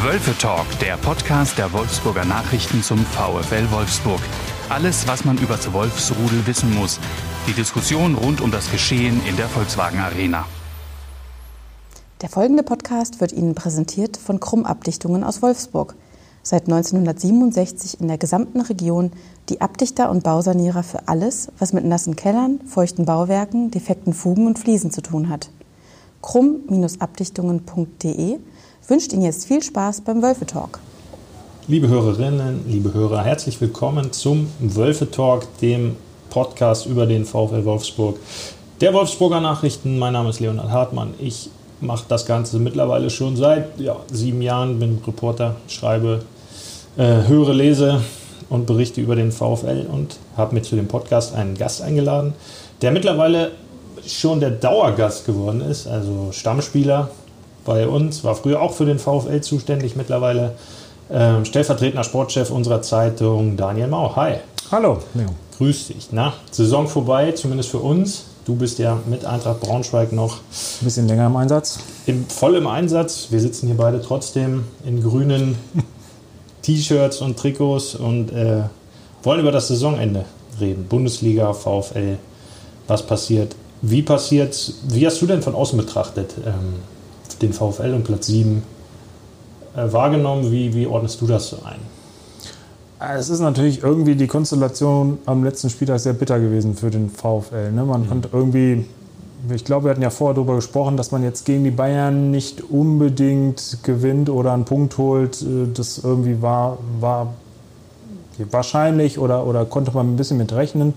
Wölfe Talk, der Podcast der Wolfsburger Nachrichten zum VfL Wolfsburg. Alles, was man über das Wolfsrudel wissen muss. Die Diskussion rund um das Geschehen in der Volkswagen Arena. Der folgende Podcast wird Ihnen präsentiert von Krumm Abdichtungen aus Wolfsburg. Seit 1967 in der gesamten Region die Abdichter und Bausanierer für alles, was mit nassen Kellern, feuchten Bauwerken, defekten Fugen und Fliesen zu tun hat. krumm-abdichtungen.de wünscht Ihnen jetzt viel Spaß beim Wölfe Talk. Liebe Hörerinnen, liebe Hörer, herzlich willkommen zum Wölfe Talk, dem Podcast über den VfL Wolfsburg, der Wolfsburger Nachrichten. Mein Name ist Leonhard Hartmann. Ich mache das Ganze mittlerweile schon seit 7 Jahren, bin Reporter, schreibe, höre, lese und berichte über den VfL und habe mir zu dem Podcast einen Gast eingeladen, der mittlerweile schon der Dauergast geworden ist, also Stammspieler bei uns, war früher auch für den VfL zuständig, mittlerweile stellvertretender Sportchef unserer Zeitung, Daniel Mau. Hi. Hallo, Leo. Grüß dich. Na, Saison vorbei, zumindest für uns. Du bist ja mit Eintracht Braunschweig noch ein bisschen länger im Einsatz. Voll im Einsatz. Wir sitzen hier beide trotzdem in grünen T-Shirts und Trikots und wollen über das Saisonende reden. Bundesliga, VfL, was passiert, wie passiert's? Wie hast du denn von außen betrachtet den VfL und Platz 7 wahrgenommen? Wie ordnest du das so ein? Es ist natürlich irgendwie die Konstellation am letzten Spieltag sehr bitter gewesen für den VfL. Ne? Man konnte irgendwie, ich glaube, wir hatten ja vorher darüber gesprochen, dass man jetzt gegen die Bayern nicht unbedingt gewinnt oder einen Punkt holt. Das irgendwie war wahrscheinlich oder konnte man ein bisschen mit rechnen.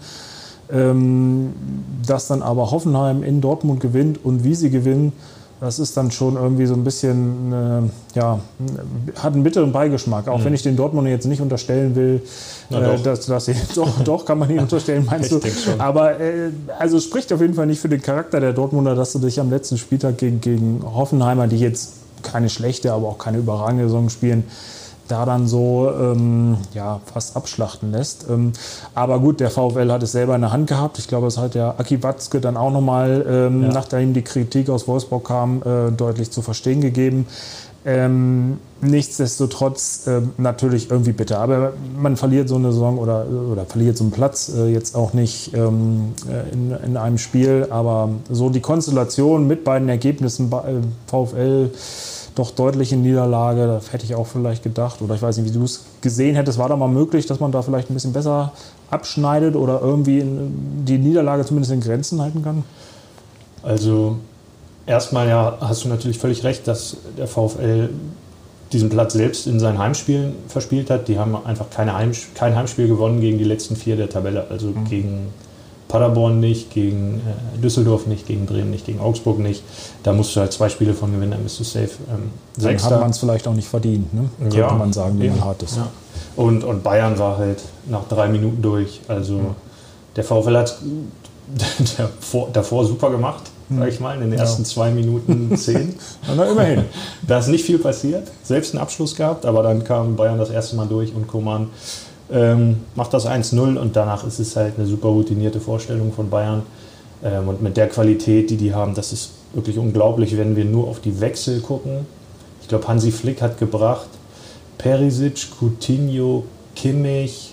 Dass dann aber Hoffenheim in Dortmund gewinnt und wie sie gewinnen, das ist dann schon irgendwie so ein bisschen, hat einen bitteren Beigeschmack. Auch wenn ich den Dortmund jetzt nicht unterstellen will, dass sie, doch kann man ihn unterstellen, meinst du? Aber also es spricht auf jeden Fall nicht für den Charakter der Dortmunder, dass du dich am letzten Spieltag gegen Hoffenheimer, die jetzt keine schlechte, aber auch keine überragende Saison spielen, da dann so fast abschlachten lässt. Aber gut, der VfL hat es selber in der Hand gehabt. Ich glaube, das hat der Aki Watzke dann auch nochmal, nachdem die Kritik aus Wolfsburg kam, deutlich zu verstehen gegeben. Nichtsdestotrotz natürlich irgendwie bitter. Aber man verliert so eine Saison oder verliert so einen Platz jetzt auch nicht in einem Spiel. Aber so die Konstellation mit beiden Ergebnissen VfL doch deutliche Niederlage, das hätte ich auch vielleicht gedacht. Oder ich weiß nicht, wie du es gesehen hättest. War da mal möglich, dass man da vielleicht ein bisschen besser abschneidet oder irgendwie die Niederlage zumindest in Grenzen halten kann? Also erstmal hast du natürlich völlig recht, dass der VfL diesen Platz selbst in seinen Heimspielen verspielt hat. Die haben einfach kein Heimspiel gewonnen gegen die letzten 4 der Tabelle. Also gegen Paderborn nicht, gegen Düsseldorf nicht, gegen Bremen nicht, gegen Augsburg nicht. Da musst du halt 2 Spiele von gewinnen, dann bist du safe. Dann hat man es vielleicht auch nicht verdient, ne? Könnte man sagen, wie man hart ist. Ja. Und Bayern war halt nach 3 Minuten durch. Also der VfL hat davor super gemacht, sag ich mal, in den ersten 2 Minuten 10. Na, immerhin. Da ist nicht viel passiert, selbst einen Abschluss gehabt, aber dann kam Bayern das erste Mal durch und Coman macht das 1-0 und danach ist es halt eine super routinierte Vorstellung von Bayern. Und mit der Qualität, die haben, das ist wirklich unglaublich, wenn wir nur auf die Wechsel gucken. Ich glaube, Hansi Flick hat gebracht Perisic, Coutinho, Kimmich,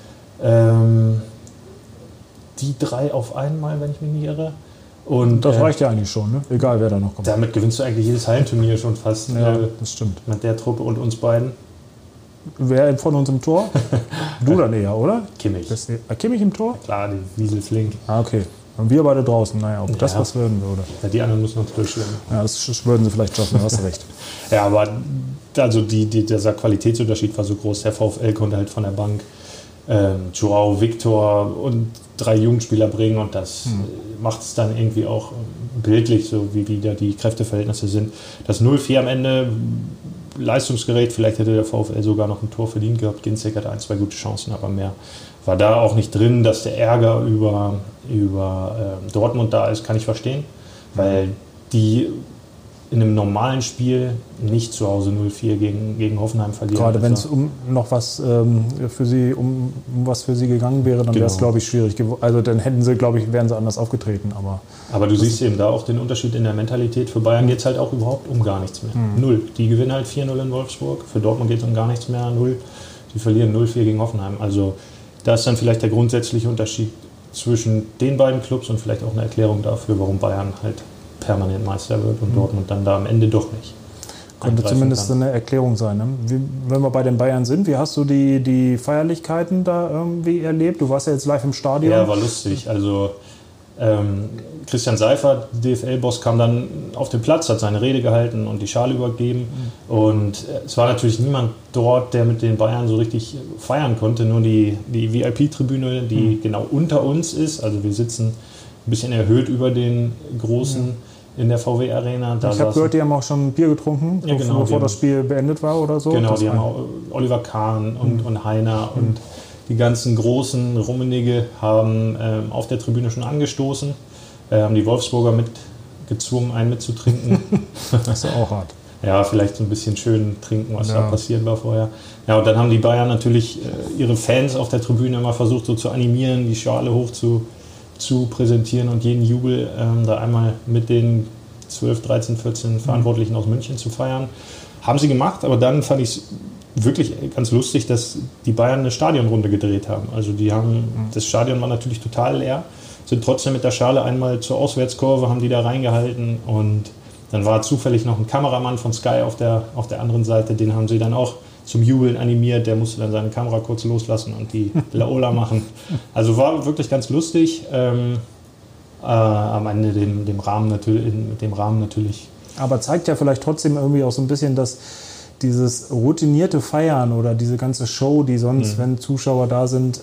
die 3 auf einmal, wenn ich mich nicht irre. Und das reicht ja eigentlich schon, ne? Egal wer da noch kommt. Damit gewinnst du eigentlich jedes Hallenturnier schon fast. Ja, das stimmt. Mit der Truppe und uns beiden. Wer von uns im Tor? Du dann eher, oder? Kimmich. Kimmich im Tor? Klar, die Wiesel flink. Ah, okay. Und wir beide draußen. Naja, ob das was würden würde. Ja, die anderen müssen uns durchschwimmen. Ja, das würden sie vielleicht schaffen, du hast recht. Ja, aber also dieser Qualitätsunterschied war so groß. Der VfL konnte halt von der Bank Joao, Victor und 3 Jugendspieler bringen und das macht es dann irgendwie auch bildlich, so wie da die Kräfteverhältnisse sind. Das 0-4 am Ende, leistungsgerecht, vielleicht hätte der VfL sogar noch ein Tor verdient gehabt. Ginczek hatte 1, 2 gute Chancen, aber mehr war da auch nicht drin. Dass der Ärger über Dortmund da ist, kann ich verstehen, weil die in einem normalen Spiel nicht zu Hause 0-4 gegen Hoffenheim verlieren. Gerade wenn es um was für sie gegangen wäre, dann wäre es, glaube ich, schwierig. Also dann wären sie anders aufgetreten. Aber du siehst eben da auch den Unterschied in der Mentalität. Für Bayern geht es halt auch überhaupt um gar nichts mehr. Null. Die gewinnen halt 4-0 in Wolfsburg. Für Dortmund geht es um gar nichts mehr. 0. Die verlieren 0-4 gegen Hoffenheim. Also da ist dann vielleicht der grundsätzliche Unterschied zwischen den beiden Clubs und vielleicht auch eine Erklärung dafür, warum Bayern halt permanent Meister wird und Dortmund dann da am Ende doch nicht. Könnte zumindest eine Erklärung sein. Ne? Wenn wir bei den Bayern sind, wie hast du die Feierlichkeiten da irgendwie erlebt? Du warst ja jetzt live im Stadion. Ja, war lustig. Also Christian Seifert, DFL-Boss, kam dann auf den Platz, hat seine Rede gehalten und die Schale übergeben. Und es war natürlich niemand dort, der mit den Bayern so richtig feiern konnte. Nur die VIP-Tribüne, die genau unter uns ist. Also wir sitzen ein bisschen erhöht über den großen in der VW-Arena. Ich habe gehört, die haben auch schon ein Bier getrunken, ja, genau, bevor das Spiel beendet war oder so. Genau, die haben auch Oliver Kahn und Heiner und die ganzen großen Rummenigge haben auf der Tribüne schon angestoßen, haben die Wolfsburger gezwungen, einen mitzutrinken. Das ist ja auch hart. Ja, vielleicht so ein bisschen schön trinken, was da passiert war vorher. Ja, und dann haben die Bayern natürlich ihre Fans auf der Tribüne immer versucht, so zu animieren, die Schale hoch zu präsentieren und jeden Jubel da einmal mit den 12, 13, 14 Verantwortlichen aus München zu feiern. Haben sie gemacht, aber dann fand ich es wirklich ganz lustig, dass die Bayern eine Stadionrunde gedreht haben. Also das Stadion war natürlich total leer, sind trotzdem mit der Schale einmal zur Auswärtskurve, haben die da reingehalten und dann war zufällig noch ein Kameramann von Sky auf der anderen Seite, den haben sie dann auch zum Jubeln animiert, der musste dann seine Kamera kurz loslassen und die Laola machen. Also war wirklich ganz lustig. Am Ende dem Rahmen natürlich. Aber zeigt ja vielleicht trotzdem irgendwie auch so ein bisschen, dass dieses routinierte Feiern oder diese ganze Show, die sonst, wenn Zuschauer da sind,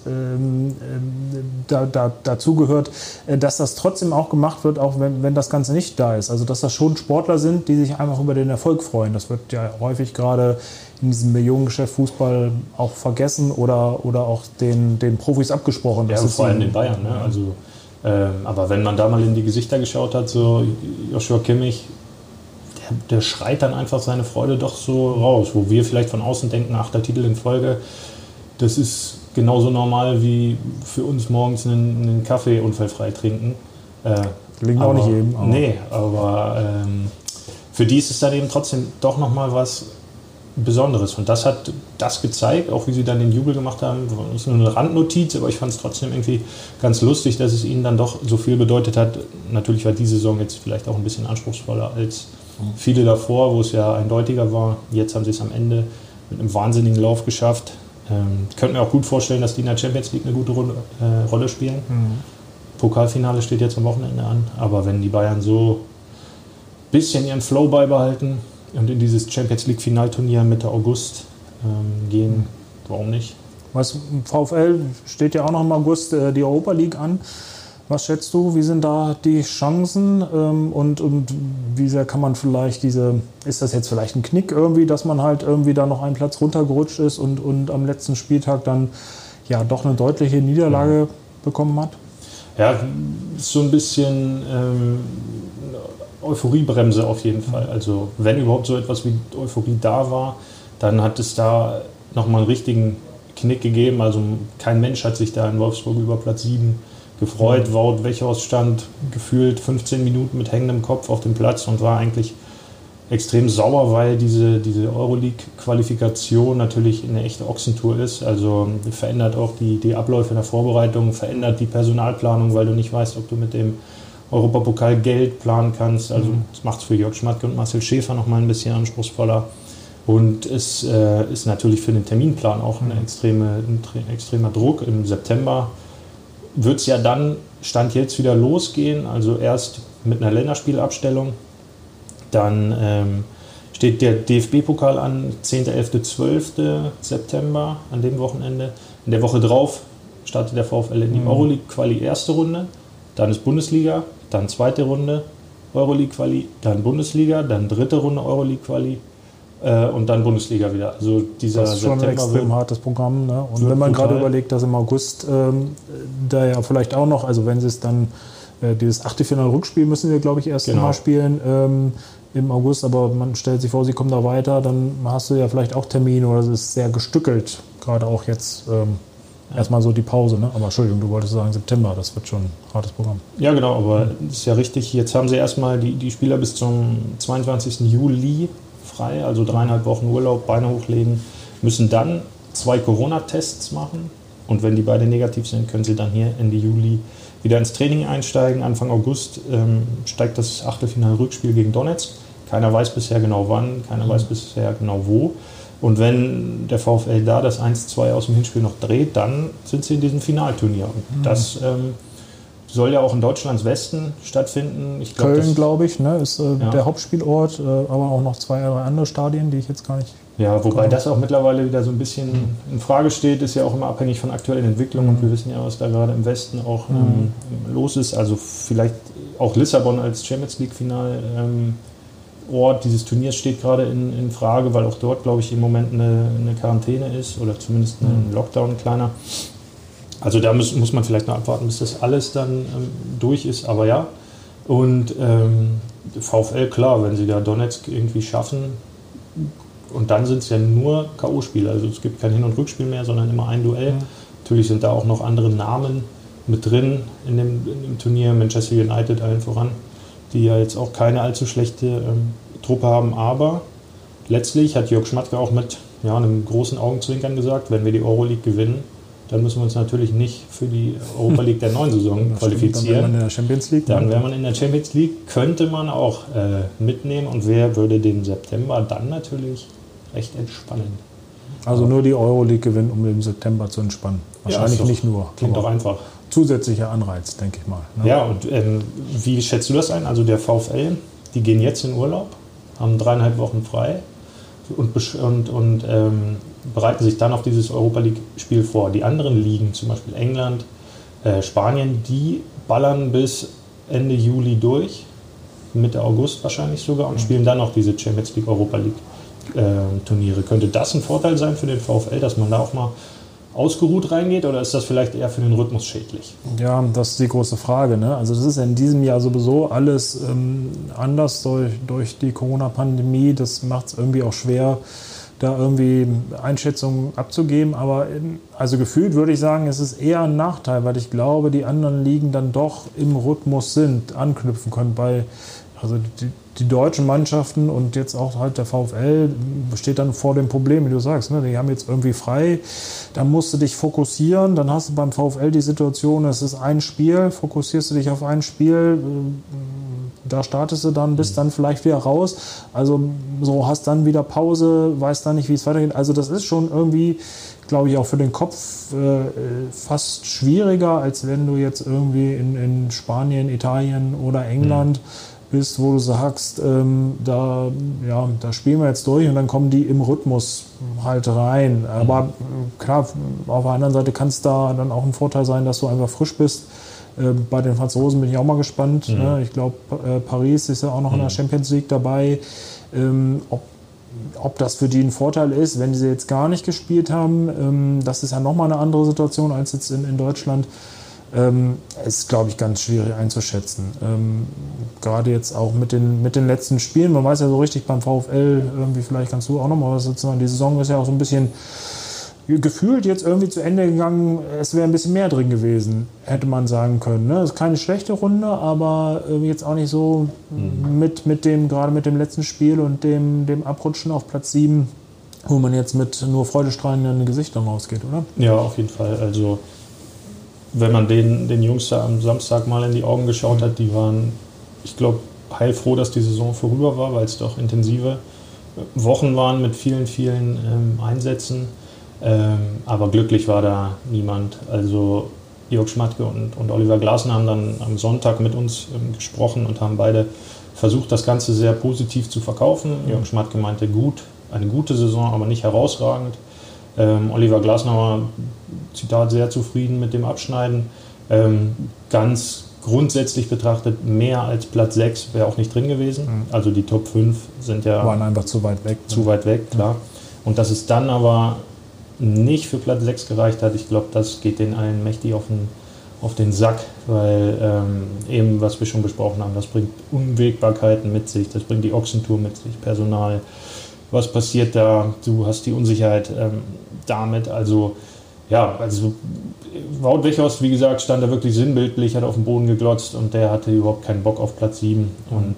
dazugehört, dass das trotzdem auch gemacht wird, auch wenn das Ganze nicht da ist. Also dass das schon Sportler sind, die sich einfach über den Erfolg freuen. Das wird ja häufig gerade in diesem Millionengeschäft Fußball auch vergessen oder auch den Profis abgesprochen. Ja, vor allem den Bayern. Ne? Also, aber wenn man da mal in die Gesichter geschaut hat, so Joshua Kimmich, der schreit dann einfach seine Freude doch so raus, wo wir vielleicht von außen denken, 8. Titel in Folge, das ist genauso normal wie für uns morgens einen Kaffee unfallfrei trinken. Liegt auch nicht jedem. Aber für die ist es dann eben trotzdem doch nochmal was Besonderes. Und das hat das gezeigt, auch wie sie dann den Jubel gemacht haben. Das ist nur eine Randnotiz, aber ich fand es trotzdem irgendwie ganz lustig, dass es ihnen dann doch so viel bedeutet hat. Natürlich war diese Saison jetzt vielleicht auch ein bisschen anspruchsvoller als viele davor, wo es ja eindeutiger war. Jetzt haben sie es am Ende mit einem wahnsinnigen Lauf geschafft. Ich könnte mir auch gut vorstellen, dass die in der Champions League eine gute Rolle spielen. Pokalfinale steht jetzt am Wochenende an. Aber wenn die Bayern so ein bisschen ihren Flow beibehalten und in dieses Champions League Finalturnier Mitte August gehen, warum nicht? VfL steht ja auch noch im August die Europa League an. Was schätzt du, wie sind da die Chancen und wie sehr kann man vielleicht ist das jetzt vielleicht ein Knick irgendwie, dass man halt irgendwie da noch einen Platz runtergerutscht ist und am letzten Spieltag dann ja doch eine deutliche Niederlage bekommen hat? Ja, so ein bisschen Euphoriebremse auf jeden Fall. Also wenn überhaupt so etwas wie Euphorie da war, dann hat es da nochmal einen richtigen Knick gegeben. Also kein Mensch hat sich da in Wolfsburg über Platz 7 gefreut. Wout Weghorst stand gefühlt 15 Minuten mit hängendem Kopf auf dem Platz und war eigentlich extrem sauer, weil diese Euroleague-Qualifikation natürlich eine echte Ochsentour ist. Also verändert auch die Abläufe in der Vorbereitung, verändert die Personalplanung, weil du nicht weißt, ob du mit dem Europapokal Geld planen kannst. Also das macht es für Jörg Schmatke und Marcel Schäfer noch mal ein bisschen anspruchsvoller. Und es ist natürlich für den Terminplan auch ein extremer Druck. Im September wird es ja dann, Stand jetzt, wieder losgehen. Also erst mit einer Länderspielabstellung. Dann steht der DFB-Pokal an, 10., 11., 12. September an dem Wochenende. In der Woche drauf startet der VfL in die Euroleague-Quali erste Runde. Dann ist Bundesliga, dann zweite Runde Euroleague-Quali, dann Bundesliga, dann dritte Runde Euroleague-Quali und dann Bundesliga wieder. Also dieser das ist schon ein extrem hartes Programm. Ne? Und wenn man gerade überlegt, dass im August da ja vielleicht auch noch, also wenn sie es dann, dieses Achtelfinale-Rückspiel müssen wir, glaube ich, erst mal spielen, im August, aber man stellt sich vor, sie kommen da weiter, dann hast du ja vielleicht auch Termine oder es ist sehr gestückelt, gerade auch jetzt erstmal so die Pause, ne? Aber Entschuldigung, du wolltest sagen September, das wird schon ein hartes Programm. Ja, genau, aber das ist ja richtig. Jetzt haben sie erstmal die Spieler bis zum 22. Juli frei, also 3,5 Wochen Urlaub, Beine hochlegen, müssen dann 2 Corona-Tests machen und wenn die beide negativ sind, können sie dann hier Ende Juli wieder ins Training einsteigen. Anfang August steigt das Achtelfinal-Rückspiel gegen Donetsk. Keiner weiß bisher genau wann, keiner weiß bisher genau wo. Und wenn der VfL da das 1-2 aus dem Hinspiel noch dreht, dann sind sie in diesem Finalturnier. Und das soll ja auch in Deutschlands Westen stattfinden. Ich glaub, Köln, glaube ich, ne, ist der Hauptspielort, aber auch noch 2 andere Stadien, die ich jetzt gar nicht... Ja, wobei das auch mittlerweile wieder so ein bisschen in Frage steht, ist ja auch immer abhängig von aktuellen Entwicklungen. Und wir wissen ja, was da gerade im Westen auch los ist. Also vielleicht auch Lissabon als Champions League-Final. Ort dieses Turniers steht gerade in Frage, weil auch dort, glaube ich, im Moment eine Quarantäne ist oder zumindest ein Lockdown, ein kleiner. Also da muss man vielleicht noch abwarten, bis das alles dann durch ist, aber ja. Und VfL, klar, wenn sie da Donetsk irgendwie schaffen, und dann sind es ja nur K.O.-Spiele, also es gibt kein Hin- und Rückspiel mehr, sondern immer ein Duell. Natürlich sind da auch noch andere Namen mit drin in dem Turnier, Manchester United allen voran, die ja jetzt auch keine allzu schlechte Truppe haben, aber letztlich hat Jörg Schmatke auch mit einem großen Augenzwinkern gesagt, wenn wir die Euroleague gewinnen, dann müssen wir uns natürlich nicht für die Europa League der neuen Saison qualifizieren. Dann wäre man in der Champions League. Dann wäre man in der Champions League, könnte man auch mitnehmen und wer würde den September dann natürlich recht entspannen. Also nur die Euroleague gewinnen, um im September zu entspannen. Wahrscheinlich nicht nur. Klingt doch einfach. Zusätzlicher Anreiz, denke ich mal. Ne? Ja, und wie schätzt du das ein? Also der VfL, die gehen jetzt in Urlaub, haben 3,5 Wochen frei und bereiten sich dann auf dieses Europa-League-Spiel vor. Die anderen Ligen, zum Beispiel England, Spanien, die ballern bis Ende Juli durch, Mitte August wahrscheinlich sogar, und spielen dann auch diese Champions League, Europa League-Turniere. Könnte das ein Vorteil sein für den VfL, dass man da auch mal ausgeruht reingeht, oder ist das vielleicht eher für den Rhythmus schädlich? Ja, das ist die große Frage, ne? Also das ist in diesem Jahr sowieso alles anders durch die Corona-Pandemie. Das macht es irgendwie auch schwer, da irgendwie Einschätzungen abzugeben. Aber also gefühlt würde ich sagen, es ist eher ein Nachteil, weil ich glaube, die anderen Ligen dann doch im Rhythmus sind, anknüpfen können. Also die deutschen Mannschaften und jetzt auch halt der VfL steht dann vor dem Problem, wie du sagst, ne? Die haben jetzt irgendwie frei, dann musst du dich fokussieren, dann hast du beim VfL die Situation, es ist ein Spiel, fokussierst du dich auf ein Spiel, da startest du dann, bist dann vielleicht wieder raus, also so hast dann wieder Pause, weißt dann nicht, wie es weitergeht, also das ist schon irgendwie, glaube ich, auch für den Kopf fast schwieriger, als wenn du jetzt irgendwie in Spanien, Italien oder England bist, wo du sagst, da spielen wir jetzt durch und dann kommen die im Rhythmus halt rein. Aber klar, auf der anderen Seite kann es da dann auch ein Vorteil sein, dass du einfach frisch bist. Bei den Franzosen bin ich auch mal gespannt. Ne? Ich glaube, Paris ist ja auch noch in der Champions League dabei. Ob das für die ein Vorteil ist, wenn sie jetzt gar nicht gespielt haben, das ist ja nochmal eine andere Situation als jetzt in Deutschland. Ist, glaube ich, ganz schwierig einzuschätzen. Gerade jetzt auch mit den letzten Spielen. Man weiß ja so richtig beim VfL, irgendwie vielleicht kannst du auch nochmal was dazu sagen. Die Saison ist ja auch so ein bisschen gefühlt jetzt irgendwie zu Ende gegangen. Es wäre ein bisschen mehr drin gewesen, hätte man sagen können. Ne? Das ist keine schlechte Runde, aber jetzt auch nicht so gerade mit dem letzten Spiel und dem Abrutschen auf Platz 7, wo man jetzt mit nur freudestrahlenden Gesichtern rausgeht, oder? Ja, auf jeden Fall. Also wenn man den Jungs da am Samstag mal in die Augen geschaut hat, die waren, ich glaube, heilfroh, dass die Saison vorüber war, weil es doch intensive Wochen waren mit vielen, vielen Einsätzen. Aber glücklich war da niemand. Also Jörg Schmatke und Oliver Glasner haben dann am Sonntag mit uns gesprochen und haben beide versucht, das Ganze sehr positiv zu verkaufen. Jörg Schmatke meinte eine gute Saison, aber nicht herausragend. Oliver Glasner war, Zitat, sehr zufrieden mit dem Abschneiden. Ganz grundsätzlich betrachtet, mehr als Platz 6 wäre auch nicht drin gewesen. Also die Top 5 waren einfach zu weit weg. Zu weit weg, klar. Und dass es dann aber nicht für Platz 6 gereicht hat, ich glaube, das geht denen allen mächtig auf auf den Sack, weil eben, was wir schon besprochen haben, das bringt Unwägbarkeiten mit sich, das bringt die Ochsentour mit sich, Personal. Was passiert da? Du hast die Unsicherheit damit. Also Wout Weghorst, wie gesagt, stand da wirklich sinnbildlich, hat auf den Boden geglotzt und der hatte überhaupt keinen Bock auf Platz 7. Und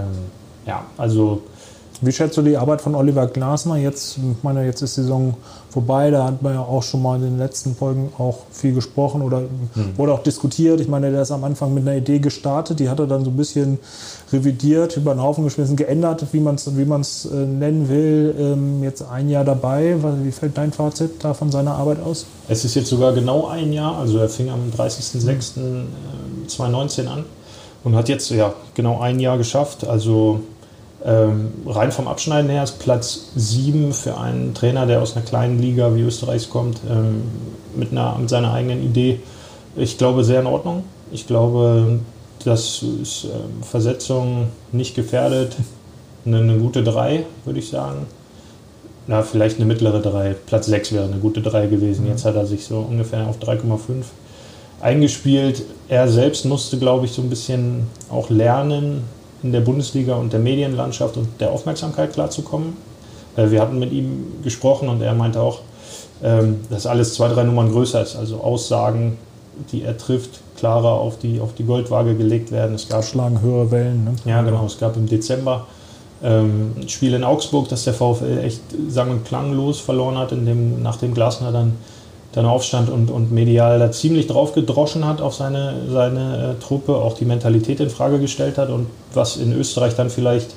Wie schätzt du die Arbeit von Oliver Glasner? Jetzt ist die Saison vorbei, da hat man ja auch schon mal in den letzten Folgen auch viel gesprochen oder wurde auch diskutiert. Ich meine, der ist am Anfang mit einer Idee gestartet, die hat er dann so ein bisschen revidiert, über den Haufen geschmissen, geändert, wie man es nennen will. Jetzt ein Jahr dabei. Wie fällt dein Fazit da von seiner Arbeit aus? Es ist jetzt sogar genau ein Jahr, also er fing am 30.06.2019 an und hat jetzt genau ein Jahr geschafft. Also rein vom Abschneiden her ist Platz 7 für einen Trainer, der aus einer kleinen Liga wie Österreichs kommt, mit seiner eigenen Idee, ich glaube, sehr in Ordnung. Ich glaube, das ist Versetzung nicht gefährdet. Eine gute 3, würde ich sagen. Na, vielleicht eine mittlere 3. Platz 6 wäre eine gute 3 gewesen. Jetzt hat er sich so ungefähr auf 3,5 eingespielt. Er selbst musste, glaube ich, so ein bisschen auch lernen, in der Bundesliga und der Medienlandschaft und der Aufmerksamkeit klarzukommen. Wir hatten mit ihm gesprochen und er meinte auch, dass alles 2, 3 Nummern größer ist. Also Aussagen, die er trifft, klarer auf die Goldwaage gelegt werden. Es gab schlagen höhere Wellen. Ne? Ja, genau. Es gab im Dezember ein Spiel in Augsburg, das der VfL echt sang- und klanglos verloren hat, nachdem Glasner dann aufstand und medial da ziemlich drauf gedroschen hat auf seine Truppe, auch die Mentalität in Frage gestellt hat und was in Österreich dann vielleicht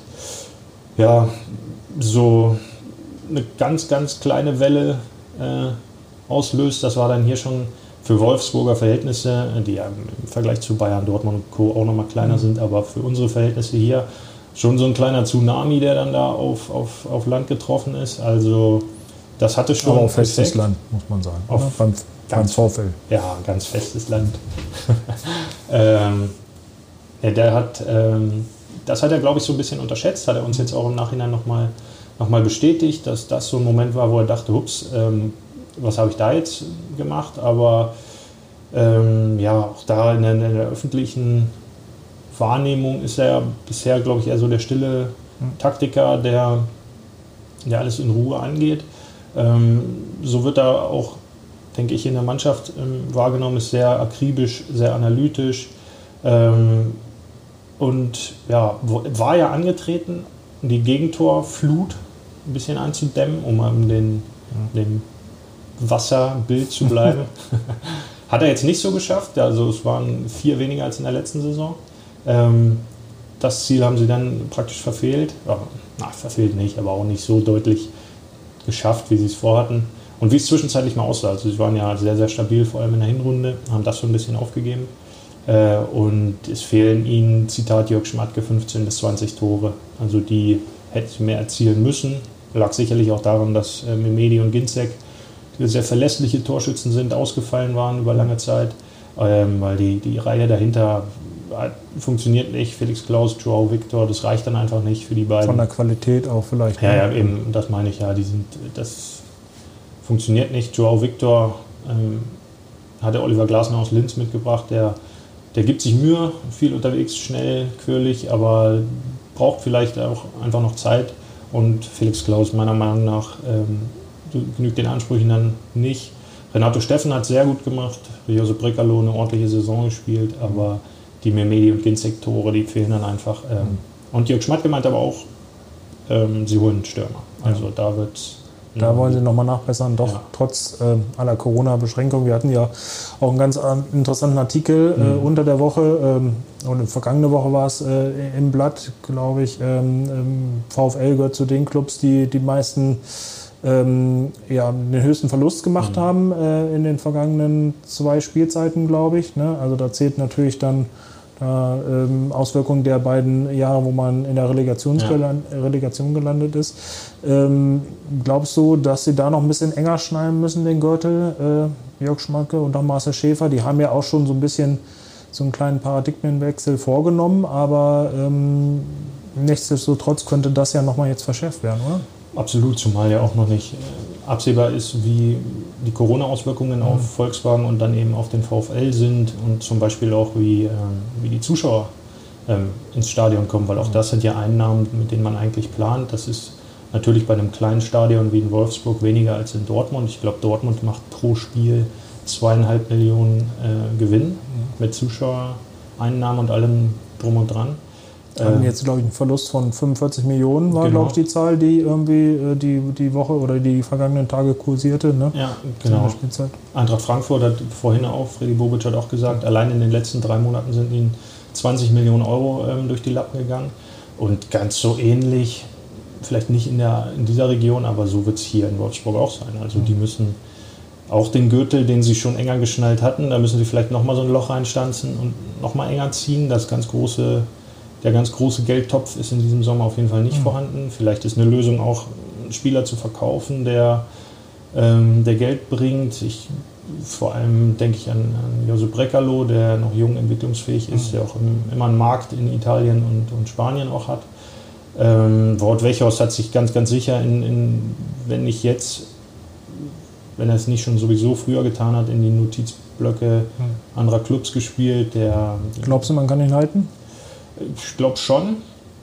so eine ganz, ganz kleine Welle auslöst. Das war dann hier schon für Wolfsburger Verhältnisse, die ja im Vergleich zu Bayern, Dortmund und Co. auch nochmal kleiner sind, aber für unsere Verhältnisse hier schon so ein kleiner Tsunami, der dann da auf Land getroffen ist. Also das hatte schon. Aber auch festes Land, muss man sagen. Beim VfL. Ja, ganz festes Land. Das hat er, glaube ich, so ein bisschen unterschätzt. Hat er uns jetzt auch im Nachhinein noch mal bestätigt, dass das so ein Moment war, wo er dachte, ups, was habe ich da jetzt gemacht? Aber auch da in der öffentlichen Wahrnehmung ist er bisher, glaube ich, eher so der stille Taktiker, der alles in Ruhe angeht. So wird er auch, denke ich, in der Mannschaft wahrgenommen, ist sehr akribisch, sehr analytisch und war ja angetreten, die Gegentorflut ein bisschen einzudämmen, um an dem Wasserbild zu bleiben. Hat er jetzt nicht so geschafft, also es waren 4 weniger als in der letzten Saison. Das Ziel haben sie dann praktisch verfehlt. Verfehlt nicht, aber auch nicht so deutlich geschafft, wie sie es vorhatten. Und wie es zwischenzeitlich mal aussah. Also sie waren ja sehr, sehr stabil, vor allem in der Hinrunde, haben das so ein bisschen aufgegeben. Und es fehlen ihnen, Zitat Jörg Schmatke, 15 bis 20 Tore. Also die hätten mehr erzielen müssen. Lag sicherlich auch daran, dass Mehmedi und Ginczek sehr verlässliche Torschützen sind, ausgefallen waren über lange Zeit. Weil die Reihe dahinter funktioniert nicht. Felix Klaus, Joao Victor, das reicht dann einfach nicht für die beiden. Von der Qualität auch vielleicht. Ja, eben, das meine ich ja. Das funktioniert nicht. Joao Victor hat der Oliver Glasner aus Linz mitgebracht. Der gibt sich Mühe, viel unterwegs, schnell, quirlig, aber braucht vielleicht auch einfach noch Zeit. Und Felix Klaus meiner Meinung nach genügt den Ansprüchen dann nicht. Renato Steffen hat sehr gut gemacht. Josep Brekalo eine ordentliche Saison gespielt, aber die Mehmedi und Ginczek-Tore, die fehlen dann einfach. Und Jörg Schmatke meint aber auch, sie holen einen Stürmer. Also da wird's. Da wollen sie nochmal nachbessern, doch trotz aller Corona-Beschränkungen. Wir hatten ja auch einen ganz interessanten Artikel unter der Woche, und vergangene Woche war es im Blatt, glaube ich. VfL gehört zu den Clubs, die meisten den höchsten Verlust gemacht haben in den vergangenen 2 Spielzeiten, glaube ich. Ne? Also da zählt natürlich dann Auswirkungen der beiden Jahre, wo man in der Relegation gelandet ist. Glaubst du, dass sie da noch ein bisschen enger schneiden müssen, den Gürtel, Jörg Schmatke und auch Marcel Schäfer? Die haben ja auch schon so ein bisschen so einen kleinen Paradigmenwechsel vorgenommen, aber nichtsdestotrotz könnte das ja nochmal jetzt verschärft werden, oder? Absolut, zumal ja auch noch nicht absehbar ist, wie die Corona-Auswirkungen auf Volkswagen und dann eben auf den VfL sind und zum Beispiel auch, wie die Zuschauer ins Stadion kommen, weil auch das sind ja Einnahmen, mit denen man eigentlich plant. Das ist natürlich bei einem kleinen Stadion wie in Wolfsburg weniger als in Dortmund. Ich glaube, Dortmund macht pro Spiel 2,5 Millionen Gewinn mit Zuschauereinnahmen und allem drum und dran. Jetzt, glaube ich, ein Verlust von 45 Millionen war, glaube ich, die Zahl, die irgendwie die Woche oder die vergangenen Tage kursierte. Ne? Ja, genau. Eintracht Frankfurt hat vorhin auch, Freddy Bobic hat auch gesagt, allein in den letzten 3 Monaten sind ihnen 20 Millionen Euro durch die Lappen gegangen. Und ganz so ähnlich, vielleicht nicht in dieser Region, aber so wird es hier in Wolfsburg auch sein. Also die müssen auch den Gürtel, den sie schon enger geschnallt hatten, da müssen sie vielleicht nochmal so ein Loch reinstanzen und nochmal enger ziehen. Der ganz große Geldtopf ist in diesem Sommer auf jeden Fall nicht vorhanden. Vielleicht ist eine Lösung auch, einen Spieler zu verkaufen, der Geld bringt. Vor allem denke ich an Josep Brekalo, der noch jung entwicklungsfähig ist, der auch immer einen Markt in Italien und Spanien auch hat. Wout Weghorst hat sich ganz, ganz sicher, wenn er es nicht schon sowieso früher getan hat, in die Notizblöcke anderer Clubs gespielt. Glaubst du, man kann ihn halten? Ich glaube schon,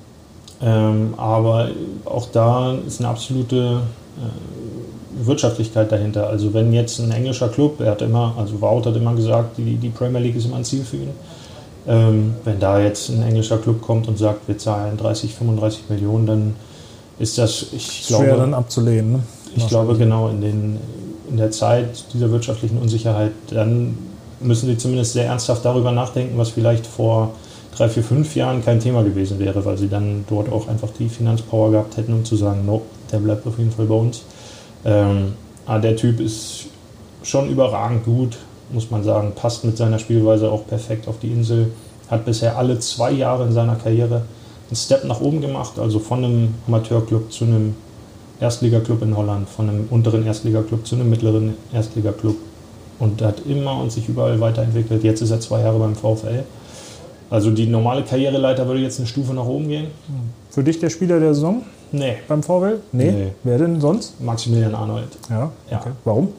aber auch da ist eine absolute Wirtschaftlichkeit dahinter. Also wenn jetzt ein englischer Club, Wout hat immer gesagt, die Premier League ist immer ein Ziel für ihn. Wenn da jetzt ein englischer Club kommt und sagt, wir zahlen 30, 35 Millionen, dann ist das, schwer dann abzulehnen. Ne? Ich glaube genau, in der Zeit dieser wirtschaftlichen Unsicherheit, dann müssen sie zumindest sehr ernsthaft darüber nachdenken, was vielleicht vor 3, 4, 5 Jahren kein Thema gewesen wäre, weil sie dann dort auch einfach die Finanzpower gehabt hätten, um zu sagen, no, der bleibt auf jeden Fall bei uns. Aber der Typ ist schon überragend gut, muss man sagen, passt mit seiner Spielweise auch perfekt auf die Insel, hat bisher alle 2 Jahre in seiner Karriere einen Step nach oben gemacht, also von einem Amateurclub zu einem Erstligaklub in Holland, von einem unteren Erstligaklub zu einem mittleren Erstligaklub und hat immer und sich überall weiterentwickelt. Jetzt ist er 2 Jahre beim VfL. Also die normale Karriereleiter würde jetzt eine Stufe nach oben gehen. Für dich der Spieler der Saison? Nee. Beim VfL? Nee. Wer denn sonst? Maximilian Arnold. Ja. Okay. Warum?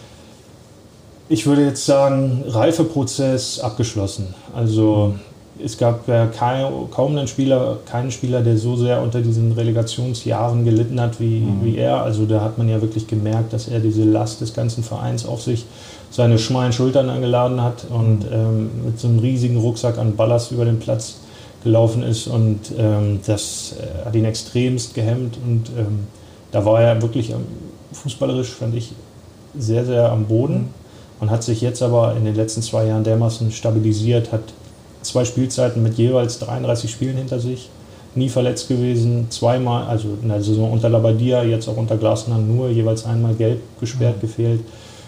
Ich würde jetzt sagen, Reifeprozess abgeschlossen. Also es gab ja kaum keinen Spieler, der so sehr unter diesen Relegationsjahren gelitten hat wie er. Also da hat man ja wirklich gemerkt, dass er diese Last des ganzen Vereins auf sich, seine schmalen Schultern angeladen hat und mit so einem riesigen Rucksack an Ballast über den Platz gelaufen ist und das hat ihn extremst gehemmt und da war er wirklich fußballerisch, fand ich, sehr, sehr am Boden und hat sich jetzt aber in den letzten 2 Jahren dermaßen stabilisiert, hat 2 Spielzeiten mit jeweils 33 Spielen hinter sich, nie verletzt gewesen, 2-mal, also in der Saison unter Labadia, jetzt auch unter Glasner nur jeweils einmal gelb gesperrt gefehlt,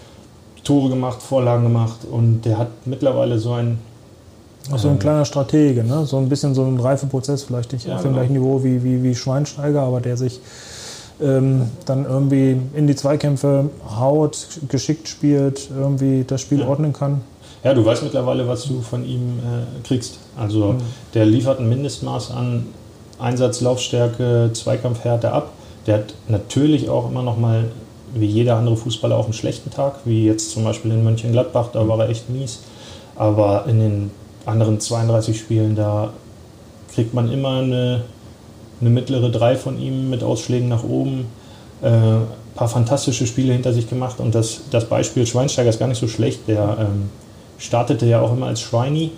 Tore gemacht, Vorlagen gemacht und der hat mittlerweile so ein kleiner Stratege, ne? So ein bisschen so ein Reifeprozess, vielleicht nicht auf dem gleichen Niveau wie Schweinsteiger, aber der sich dann irgendwie in die Zweikämpfe haut, geschickt spielt, irgendwie das Spiel ordnen kann. Ja, du weißt mittlerweile, was du von ihm kriegst. Also der liefert ein Mindestmaß an Einsatz, Laufstärke, Zweikampfhärte ab. Der hat natürlich auch immer noch mal, wie jeder andere Fußballer, auch einen schlechten Tag, wie jetzt zum Beispiel in Mönchengladbach, da war er echt mies. Aber in den anderen 32 Spielen, da kriegt man immer eine mittlere 3 von ihm mit Ausschlägen nach oben. Ein paar fantastische Spiele hinter sich gemacht und das Beispiel Schweinsteiger ist gar nicht so schlecht. Der startete ja auch immer als Schweini.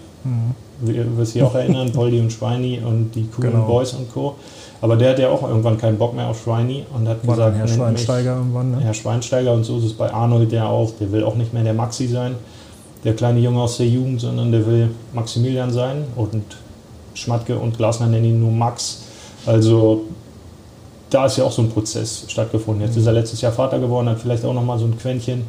Du wirst dich auch erinnern, Poldi und Schweini und die coolen Boys und Co. Aber der hat ja auch irgendwann keinen Bock mehr auf Schweini und hat gesagt, Herr Schweinsteiger irgendwann, ne? Herr Schweinsteiger, und so ist es bei Arnold ja auch. Der will auch nicht mehr der Maxi sein, der kleine Junge aus der Jugend, sondern der will Maximilian sein und Schmatke und Glasner nennen ihn nur Max. Also da ist ja auch so ein Prozess stattgefunden. Jetzt ist er letztes Jahr Vater geworden, hat vielleicht auch nochmal so ein Quäntchen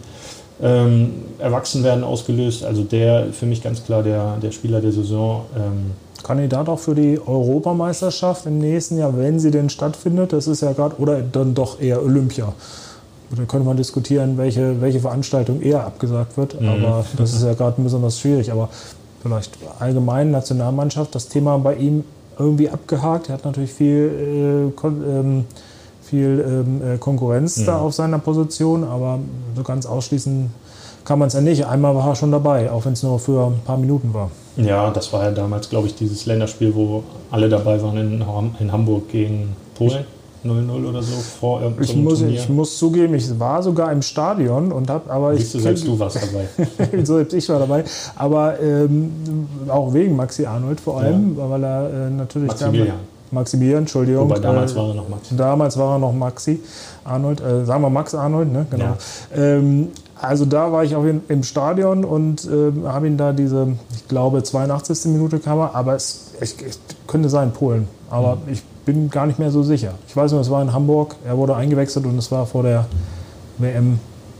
Erwachsenwerden ausgelöst. Also der für mich ganz klar der Spieler der Saison. Kandidat auch für die Europameisterschaft im nächsten Jahr, wenn sie denn stattfindet. Das ist ja gerade, oder dann doch eher Olympia. Da könnte man diskutieren, welche Veranstaltung eher abgesagt wird. Aber das ist ja gerade besonders schwierig. Aber vielleicht allgemein Nationalmannschaft, das Thema bei ihm irgendwie abgehakt. Er hat natürlich viel viel Konkurrenz da auf seiner Position, aber so ganz ausschließen kann man es ja nicht. Einmal war er schon dabei, auch wenn es nur für ein paar Minuten war. Ja, das war ja damals, glaube ich, dieses Länderspiel, wo alle dabei waren in Hamburg gegen Polen. 0-0 oder so vor irgendeinem Turnier. Ich muss zugeben, ich war sogar im Stadion und habe, aber selbst du warst dabei. Selbst ich war dabei, aber auch wegen Maxi Arnold vor allem, weil er natürlich Maximilian, Entschuldigung. Wobei damals war er noch Maxi. Damals war er noch Maxi Arnold, sagen wir Max Arnold, ne? Genau. Ja. Also da war ich auch im Stadion und habe ihn da diese, ich glaube 82. Minute kam er, aber es könnte sein Polen, aber ich bin gar nicht mehr so sicher. Ich weiß nur, es war in Hamburg, er wurde eingewechselt und es war vor der WM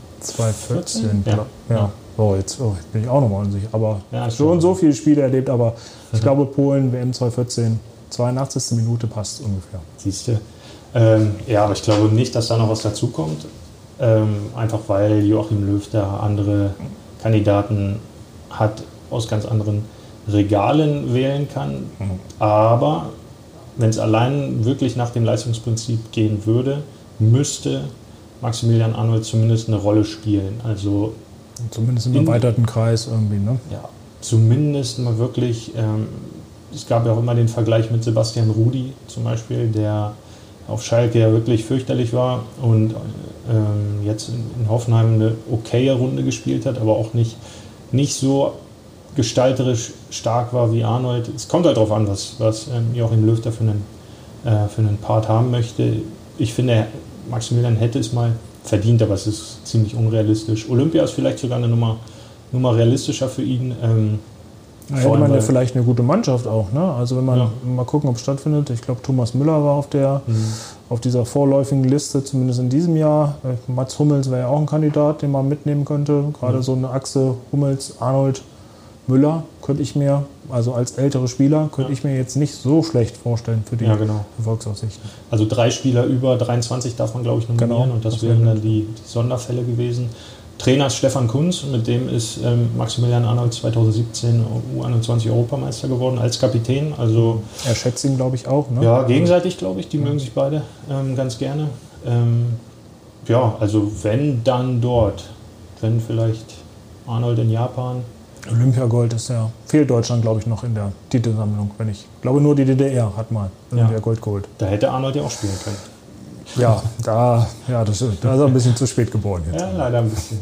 2014. Ja. Oh, jetzt bin ich auch nochmal unsicher, aber schon so viele Spiele erlebt, aber ich glaube Polen, WM 2014, 82. Minute passt ungefähr. Siehst du. Ja, aber ich glaube nicht, dass da noch was dazukommt. Einfach weil Joachim Löw da andere Kandidaten hat, aus ganz anderen Regalen wählen kann. Aber wenn es allein wirklich nach dem Leistungsprinzip gehen würde, müsste Maximilian Arnold zumindest eine Rolle spielen. Also zumindest im erweiterten Kreis irgendwie, ne? Ja, zumindest mal wirklich. Es gab ja auch immer den Vergleich mit Sebastian Rudi zum Beispiel, der auf Schalke ja wirklich fürchterlich war und jetzt in Hoffenheim eine okaye Runde gespielt hat, aber auch nicht so gestalterisch stark war wie Arnold. Es kommt halt darauf an, was Joachim Löw da für einen Part haben möchte. Ich finde, Maximilian hätte es mal verdient, aber es ist ziemlich unrealistisch. Olympia ist vielleicht sogar eine Nummer realistischer für ihn. Hätte man ja vielleicht eine gute Mannschaft auch, ne? Also wenn man mal gucken, ob es stattfindet. Ich glaube, Thomas Müller war auf dieser vorläufigen Liste, zumindest in diesem Jahr. Mats Hummels wäre ja auch ein Kandidat, den man mitnehmen könnte. Gerade so eine Achse Hummels, Arnold, Müller könnte ich mir, also als ältere Spieler, könnte ich mir jetzt nicht so schlecht vorstellen für die Erfolgsaussichten. Also 3 Spieler über 23 darf man, glaube ich, nominieren und das wären dann die Sonderfälle gewesen. Trainer ist Stefan Kunz, mit dem ist Maximilian Arnold 2017 U21-Europameister geworden als Kapitän. Also, er schätzt ihn, glaube ich, auch. Ne? Ja, gegenseitig, glaube ich. Die mögen sich beide ganz gerne. Also wenn dann dort, wenn vielleicht Arnold in Japan. Olympiagold ist ja, fehlt Deutschland, glaube ich, noch in der Titelsammlung. Ich glaube, nur die DDR hat mal Olympiagold geholt. Da hätte Arnold ja auch spielen können. Ja, da ist er ein bisschen zu spät geboren jetzt. Ja, leider ein bisschen.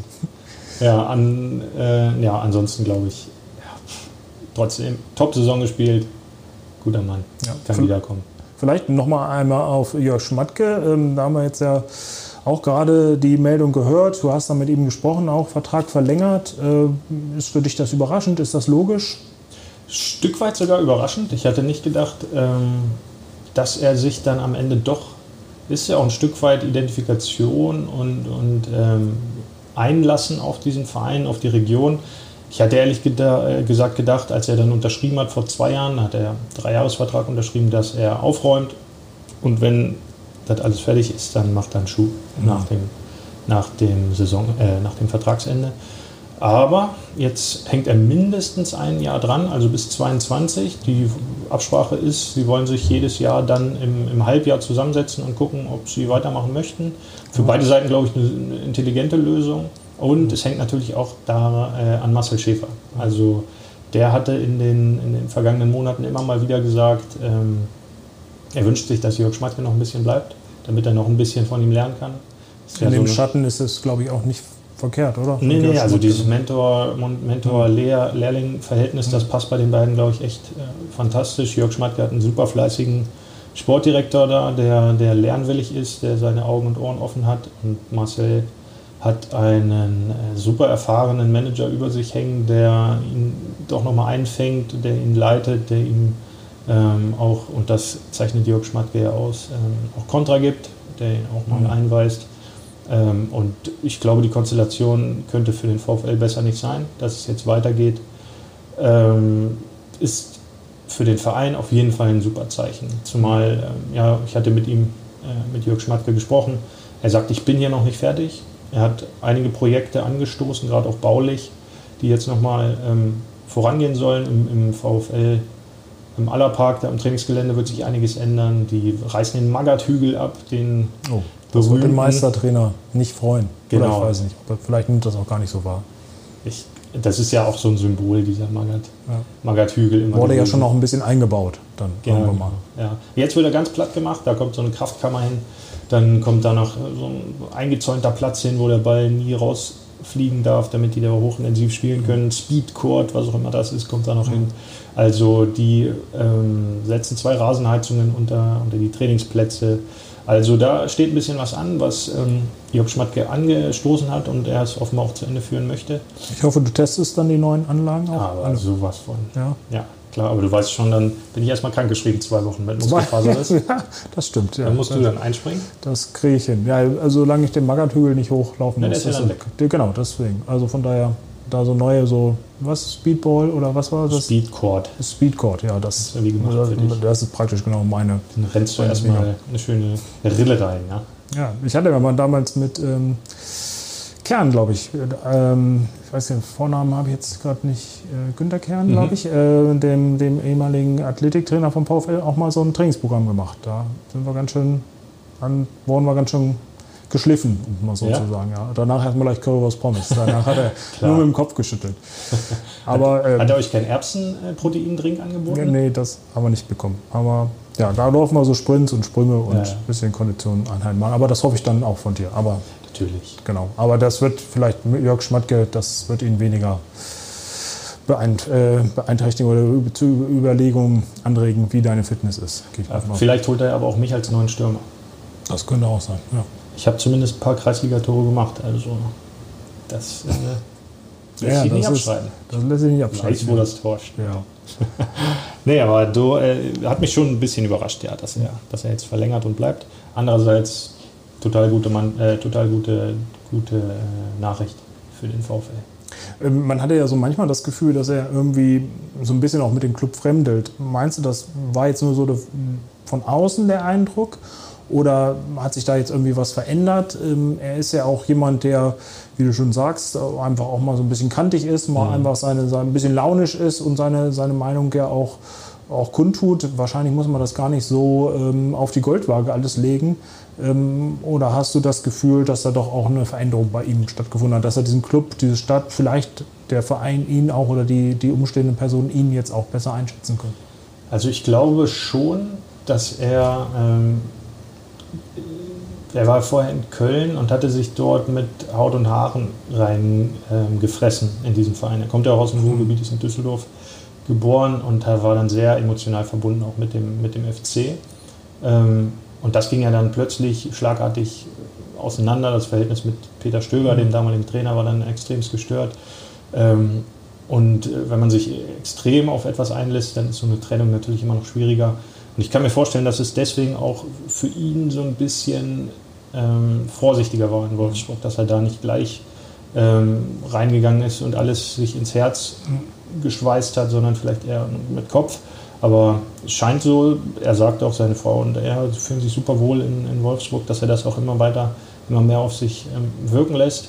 Ansonsten glaube ich, trotzdem Top-Saison gespielt, guter Mann, kann wiederkommen. Vielleicht nochmal einmal auf Jörg Schmatke, da haben wir jetzt ja auch gerade die Meldung gehört, du hast dann mit ihm gesprochen, auch Vertrag verlängert. Ist für dich das überraschend, ist das logisch? Stück weit sogar überraschend. Ich hatte nicht gedacht, dass er sich dann am Ende doch, ist ja auch ein Stück weit Identifikation und Einlassen auf diesen Verein, auf die Region. Ich hatte ehrlich gesagt gedacht, als er dann unterschrieben hat vor 2 Jahren, hat er einen 3-Jahres-Vertrag unterschrieben, dass er aufräumt und wenn das alles fertig ist, dann macht er einen Schuh nach dem Vertragsende. Aber jetzt hängt er mindestens ein Jahr dran, also bis 22. Die Absprache ist, sie wollen sich jedes Jahr dann im Halbjahr zusammensetzen und gucken, ob sie weitermachen möchten. Für beide Seiten, glaube ich, eine intelligente Lösung. Und es hängt natürlich auch an Marcel Schäfer. Also der hatte in den vergangenen Monaten immer mal wieder gesagt, er wünscht sich, dass Jörg Schmatke noch ein bisschen bleibt, damit er noch ein bisschen von ihm lernen kann. In dem Schatten ist es, glaube ich, auch nicht verkehrt, oder? Nee, also dieses Mentor-Lehrling-Verhältnis, das passt bei den beiden, glaube ich, echt fantastisch. Jörg Schmatke hat einen super fleißigen Sportdirektor da, der lernwillig ist, der seine Augen und Ohren offen hat. Und Marcel hat einen super erfahrenen Manager über sich hängen, der ihn doch nochmal einfängt, der ihn leitet, der ihm auch, und das zeichnet Jörg Schmatke ja aus, auch Kontra gibt, der ihn auch mal einweist. Und ich glaube, die Konstellation könnte für den VfL besser nicht sein, dass es jetzt weitergeht. Ist für den Verein auf jeden Fall ein super Zeichen. Zumal, ich hatte mit Jörg Schmatke gesprochen. Er sagt, ich bin hier noch nicht fertig. Er hat einige Projekte angestoßen, gerade auch baulich, die jetzt nochmal vorangehen sollen im VfL Im Allerpark, da im Trainingsgelände, wird sich einiges ändern. Die reißen den Magath-Hügel ab, den das wird den Meistertrainer nicht freuen. Genau. Oder ich weiß nicht, vielleicht nimmt das auch gar nicht so wahr. Das ist ja auch so ein Symbol, dieser Magath-Hügel. Wurde ja schon noch ein bisschen eingebaut, dann irgendwann mal. Ja. Jetzt wird er ganz platt gemacht, da kommt so eine Kraftkammer hin, dann kommt da noch so ein eingezäunter Platz hin, wo der Ball nie rausfliegen darf, damit die da hochintensiv spielen können. Speedcourt, was auch immer das ist, kommt da noch hin. Also die setzen 2 Rasenheizungen unter die Trainingsplätze. Also da steht ein bisschen was an, was Jörg Schmatke angestoßen hat und er es offenbar auch zu Ende führen möchte. Ich hoffe, du testest dann die neuen Anlagen auch. Aber sowas von. Ja, klar, aber du weißt schon, dann bin ich erstmal krankgeschrieben 2 Wochen mit Muskelfaserriss. Ja, das stimmt. Ja. Dann musst du dann einspringen? Das kriege ich hin. Ja, also solange ich den Magath-Hügel nicht hochlaufen muss. Der ist ja dann weg. Genau, deswegen. Also von daher, da so neue, was, Speedball oder was war das? Speedcourt. Speedcourt, ja. Das ist praktisch genau meine. Dann rennst du erstmal eine schöne Rille rein, ja? Ja, ich hatte ja mal damals mit Kern, glaube ich. Ich weiß nicht, Vornamen habe ich jetzt gerade nicht. Günter Kern, glaube ich, dem ehemaligen Athletiktrainer vom VfL, auch mal so ein Trainingsprogramm gemacht. Da sind wir wurden wir ganz schön geschliffen, um mal so zu sagen. Ja. Danach erstmal gleich Currywurst Pommes. Danach hat er nur mit dem Kopf geschüttelt. Aber, hat er euch keinen Erbsenproteindrink angeboten? Nee, das haben wir nicht bekommen. Aber ja, da laufen wir so Sprints und Sprünge und ein bisschen Kondition Einheiten machen. Aber das hoffe ich dann auch von dir. Aber natürlich. Genau. Aber das wird vielleicht mit Jörg Schmatke, das wird ihn weniger beeinträchtigen oder zu Überlegungen anregen, wie deine Fitness ist. Vielleicht holt er aber auch mich als neuen Stürmer. Das könnte auch sein, ja. Ich habe zumindest ein paar Kreisligatore gemacht, also das lässt sich nicht abschreiben. Das lässt sich nicht abschreiben. Weiß, wo das täuscht. Ja. Nee, aber hat mich schon ein bisschen überrascht, ja, dass er jetzt verlängert und bleibt. Andererseits total gute Nachricht für den VfL. Man hatte ja so manchmal das Gefühl, dass er irgendwie so ein bisschen auch mit dem Club fremdelt. Meinst du, das war jetzt nur so von außen der Eindruck? Oder hat sich da jetzt irgendwie was verändert? Er ist ja auch jemand, der, wie du schon sagst, einfach auch mal so ein bisschen kantig ist, mal einfach ein bisschen launisch ist und seine Meinung ja auch kundtut. Wahrscheinlich muss man das gar nicht so auf die Goldwaage alles legen. Oder hast du das Gefühl, dass da doch auch eine Veränderung bei ihm stattgefunden hat? Dass er diesen Club, diese Stadt, vielleicht der Verein ihn auch oder die umstehenden Personen ihn jetzt auch besser einschätzen können? Also ich glaube schon, dass er war vorher in Köln und hatte sich dort mit Haut und Haaren rein gefressen in diesem Verein. Er kommt ja auch aus dem Ruhrgebiet, ist in Düsseldorf geboren und war dann sehr emotional verbunden auch mit dem FC. Und das ging ja dann plötzlich schlagartig auseinander. Das Verhältnis mit Peter Stöger, dem damaligen Trainer, war dann extremst gestört. Und wenn man sich extrem auf etwas einlässt, dann ist so eine Trennung natürlich immer noch schwieriger. Und ich kann mir vorstellen, dass es deswegen auch für ihn so ein bisschen vorsichtiger war in Wolfsburg, dass er da nicht gleich reingegangen ist und alles sich ins Herz geschweißt hat, sondern vielleicht eher mit Kopf. Aber es scheint so, er sagt auch, seine Frau und er fühlen sich super wohl in Wolfsburg, dass er das auch immer mehr auf sich wirken lässt.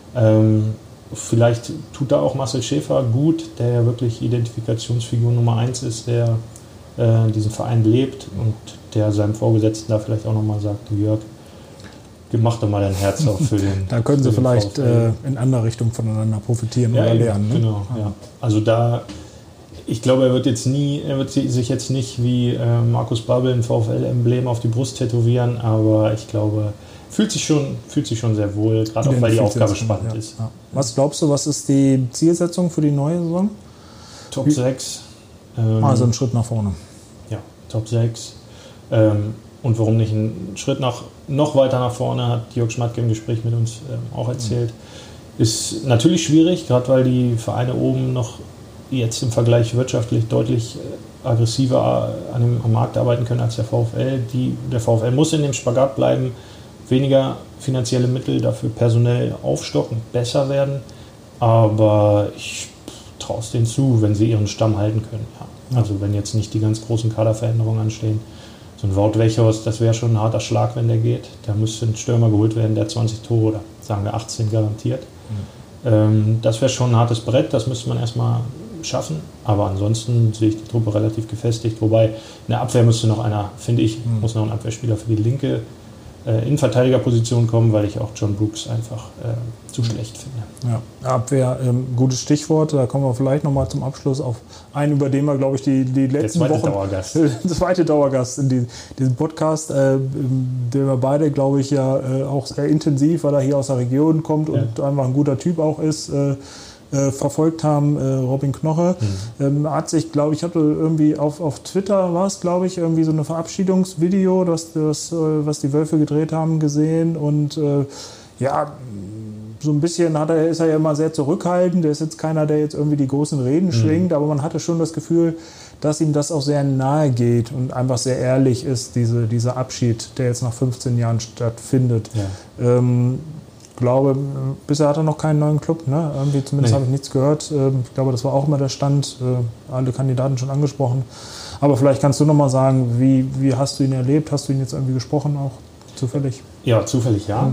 Vielleicht tut da auch Marcel Schäfer gut, der ja wirklich Identifikationsfigur Nummer 1 ist, der diesen Verein lebt und der seinem Vorgesetzten da vielleicht auch nochmal sagt, Jörg, mach doch mal dein Herz auf für den. Da können sie vielleicht in andere Richtungen voneinander profitieren oder lernen. Ne? Genau, ja. Also ich glaube, er wird sich jetzt nicht wie Markus Babbel ein VfL-Emblem auf die Brust tätowieren, aber ich glaube, fühlt sich schon sehr wohl, gerade auch weil die Aufgabe spannend ist. Ja. Was glaubst du, was ist die Zielsetzung für die neue Saison? Top 6. Also ein Schritt nach vorne. Ja, Top 6. Und warum nicht einen Schritt noch weiter nach vorne, hat Jörg Schmatke im Gespräch mit uns auch erzählt. Ist natürlich schwierig, gerade weil die Vereine oben noch jetzt im Vergleich wirtschaftlich deutlich aggressiver am Markt arbeiten können als der VfL. Der VfL muss in dem Spagat bleiben, weniger finanzielle Mittel, dafür personell aufstocken, besser werden. Aber ich traue es denen zu, wenn sie ihren Stamm halten können. Ja. Also wenn jetzt nicht die ganz großen Kaderveränderungen anstehen. So ein Wout Weghorst, das wäre schon ein harter Schlag, wenn der geht. Da müsste ein Stürmer geholt werden, der 20 Tore oder sagen wir 18 garantiert. Das wäre schon ein hartes Brett, das müsste man erstmal wird schaffen. Aber ansonsten sehe ich die Truppe relativ gefestigt. Wobei in der Abwehr müsste noch einer, finde ich, muss noch ein Abwehrspieler für die linke Innenverteidigerposition kommen, weil ich auch John Brooks einfach zu schlecht finde. Ja, Abwehr, gutes Stichwort. Da kommen wir vielleicht nochmal zum Abschluss auf einen, über den wir, glaube ich, die letzten Wochen... Der zweite Dauergast in diesem Podcast, den wir beide, glaube ich, ja auch sehr intensiv, weil er hier aus der Region kommt und einfach ein guter Typ auch ist, verfolgt haben, Robin Knoche. Hat sich, glaube ich, hatte irgendwie auf Twitter war es, glaube ich, irgendwie so ein Verabschiedungsvideo, was die Wölfe gedreht haben, gesehen. Und so ein bisschen ist er ja immer sehr zurückhaltend. Der ist jetzt keiner, der jetzt irgendwie die großen Reden schwingt, aber man hatte schon das Gefühl, dass ihm das auch sehr nahe geht und einfach sehr ehrlich ist, dieser Abschied, der jetzt nach 15 Jahren stattfindet. Ja. Glaube, bisher hat er noch keinen neuen Club, ne? Irgendwie zumindest habe ich nichts gehört. Ich glaube, das war auch immer der Stand, alle Kandidaten schon angesprochen. Aber vielleicht kannst du noch mal sagen, wie hast du ihn erlebt? Hast du ihn jetzt irgendwie gesprochen auch zufällig? Ja, zufällig ja.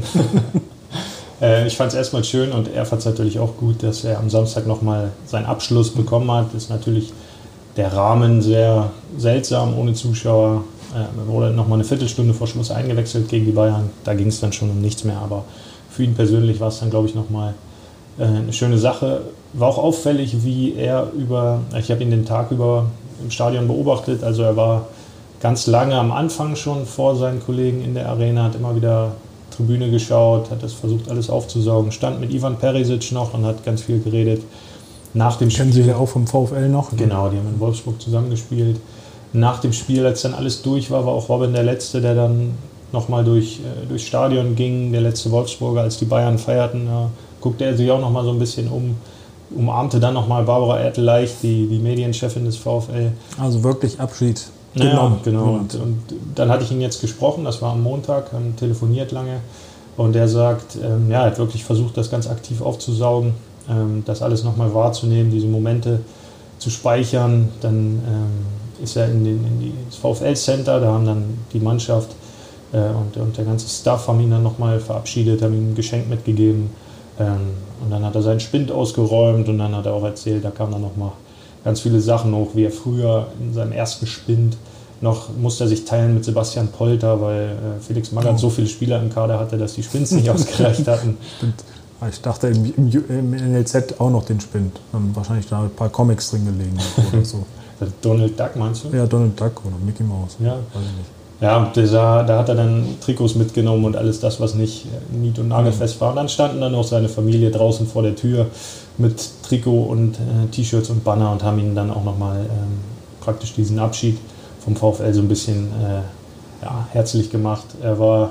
Ich fand es erstmal schön und er fand es natürlich auch gut, dass er am Samstag nochmal seinen Abschluss bekommen hat. Das ist natürlich der Rahmen sehr seltsam, ohne Zuschauer. Er wurde nochmal eine Viertelstunde vor Schluss eingewechselt gegen die Bayern. Da ging es dann schon um nichts mehr, aber für ihn persönlich war es dann, glaube ich, nochmal eine schöne Sache. War auch auffällig, wie er ich habe ihn den Tag über im Stadion beobachtet, also er war ganz lange am Anfang schon vor seinen Kollegen in der Arena, hat immer wieder Tribüne geschaut, hat das versucht alles aufzusaugen, stand mit Ivan Perisic noch und hat ganz viel geredet. Nach dem Kennen Sie ja auch vom VfL noch? Genau, die haben in Wolfsburg zusammengespielt. Nach dem Spiel, als dann alles durch war, war auch Robin der Letzte, der dann nochmal durchs Stadion ging, der letzte Wolfsburger, als die Bayern feierten. Guckte er sich auch nochmal so ein bisschen umarmte dann nochmal Barbara Ertel-Leicht, die Medienchefin des VfL. Also wirklich Abschied. Ja, genau. Und dann hatte ich ihn jetzt gesprochen, das war am Montag, haben telefoniert lange. Und er sagt, er hat wirklich versucht, das ganz aktiv aufzusaugen, das alles nochmal wahrzunehmen, diese Momente zu speichern. Dann ist er ins VfL-Center, da haben dann die Mannschaft und der ganze Staff haben ihn dann nochmal verabschiedet, haben ihm ein Geschenk mitgegeben. Und dann hat er seinen Spind ausgeräumt und dann hat er auch erzählt, da kamen dann nochmal ganz viele Sachen hoch, wie er früher in seinem ersten Spind musste er sich teilen mit Sebastian Polter, weil Felix Magath so viele Spieler im Kader hatte, dass die Spints nicht ausgereicht hatten. Ich dachte im NLZ auch noch den Spind. Dann wahrscheinlich da ein paar Comics drin gelegen oder so. Donald Duck meinst du? Ja, Donald Duck oder Mickey Mouse. Ja, weiß ich nicht. Ja, da hat er dann Trikots mitgenommen und alles das, was nicht nied- und nagelfest war. Und dann standen dann auch seine Familie draußen vor der Tür mit Trikot und T-Shirts und Banner und haben ihn dann auch nochmal praktisch diesen Abschied vom VfL so ein bisschen herzlich gemacht. Er war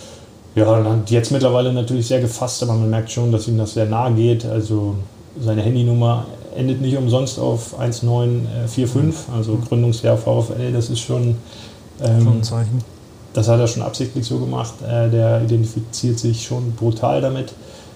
jetzt mittlerweile natürlich sehr gefasst, aber man merkt schon, dass ihm das sehr nahe geht. Also seine Handynummer endet nicht umsonst auf 1945, also Gründungsjahr VfL, das ist schon ein Zeichen. Das hat er schon absichtlich so gemacht. Der identifiziert sich schon brutal damit.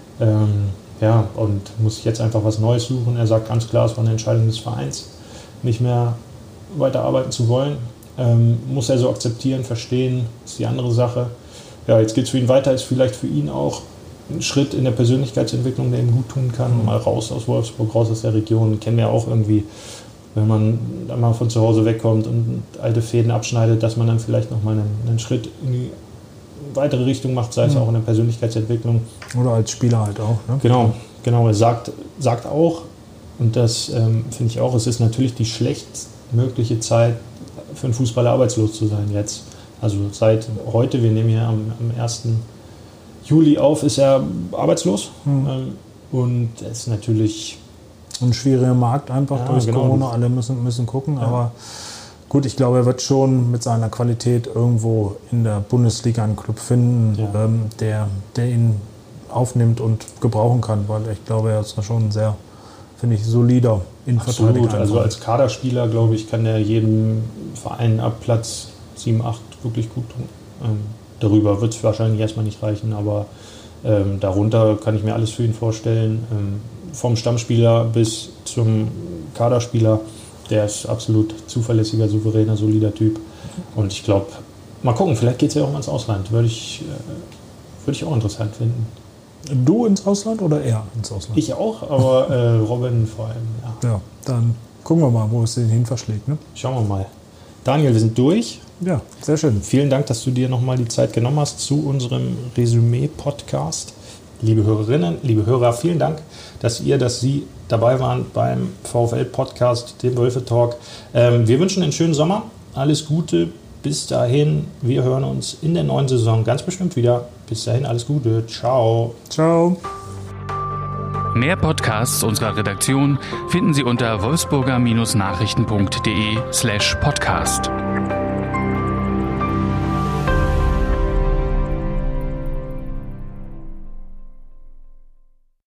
Und muss jetzt einfach was Neues suchen. Er sagt ganz klar, es war eine Entscheidung des Vereins, nicht mehr weiterarbeiten zu wollen. Muss er so akzeptieren, verstehen, ist die andere Sache. Ja, jetzt geht es für ihn weiter, ist vielleicht für ihn auch ein Schritt in der Persönlichkeitsentwicklung, der ihm gut tun kann. Mal raus aus Wolfsburg, raus aus der Region. Kennen wir auch irgendwie, wenn man dann mal von zu Hause wegkommt und alte Fäden abschneidet, dass man dann vielleicht nochmal einen Schritt in die weitere Richtung macht, sei es auch in der Persönlichkeitsentwicklung. Oder als Spieler halt auch. Ne? Genau. Er sagt auch, und das finde ich auch, es ist natürlich die schlechtmögliche Zeit für einen Fußballer arbeitslos zu sein jetzt. Also seit heute, wir nehmen hier am 1. Juli auf, ist er arbeitslos. Und es ist natürlich ein schwieriger Markt einfach durch Corona. Alle müssen gucken. Ja. Aber gut, ich glaube, er wird schon mit seiner Qualität irgendwo in der Bundesliga einen Club finden, der ihn aufnimmt und gebrauchen kann. Weil ich glaube, er ist schon ein sehr, finde ich, solider Innenverteidiger. Absolut. Also als Kaderspieler, glaube ich, kann er jedem Verein ab Platz 7, 8 wirklich gut tun. Darüber wird es wahrscheinlich erstmal nicht reichen, aber darunter kann ich mir alles für ihn vorstellen. Vom Stammspieler bis zum Kaderspieler, der ist absolut zuverlässiger, souveräner, solider Typ. Und ich glaube, mal gucken, vielleicht geht es ja auch mal ins Ausland. Würde ich auch interessant finden. Du ins Ausland oder er ins Ausland? Ich auch, aber Robin vor allem, ja. Ja, dann gucken wir mal, wo es den hin verschlägt. Ne? Schauen wir mal. Daniel, wir sind durch. Ja, sehr schön. Vielen Dank, dass du dir nochmal die Zeit genommen hast zu unserem Resümee-Podcast. Liebe Hörerinnen, liebe Hörer, vielen Dank, dass Sie dabei waren beim VfL-Podcast, dem Wölfe-Talk. Wir wünschen einen schönen Sommer. Alles Gute. Bis dahin. Wir hören uns in der neuen Saison ganz bestimmt wieder. Bis dahin, alles Gute. Ciao. Ciao. Mehr Podcasts unserer Redaktion finden Sie unter wolfsburger-nachrichten.de/podcast.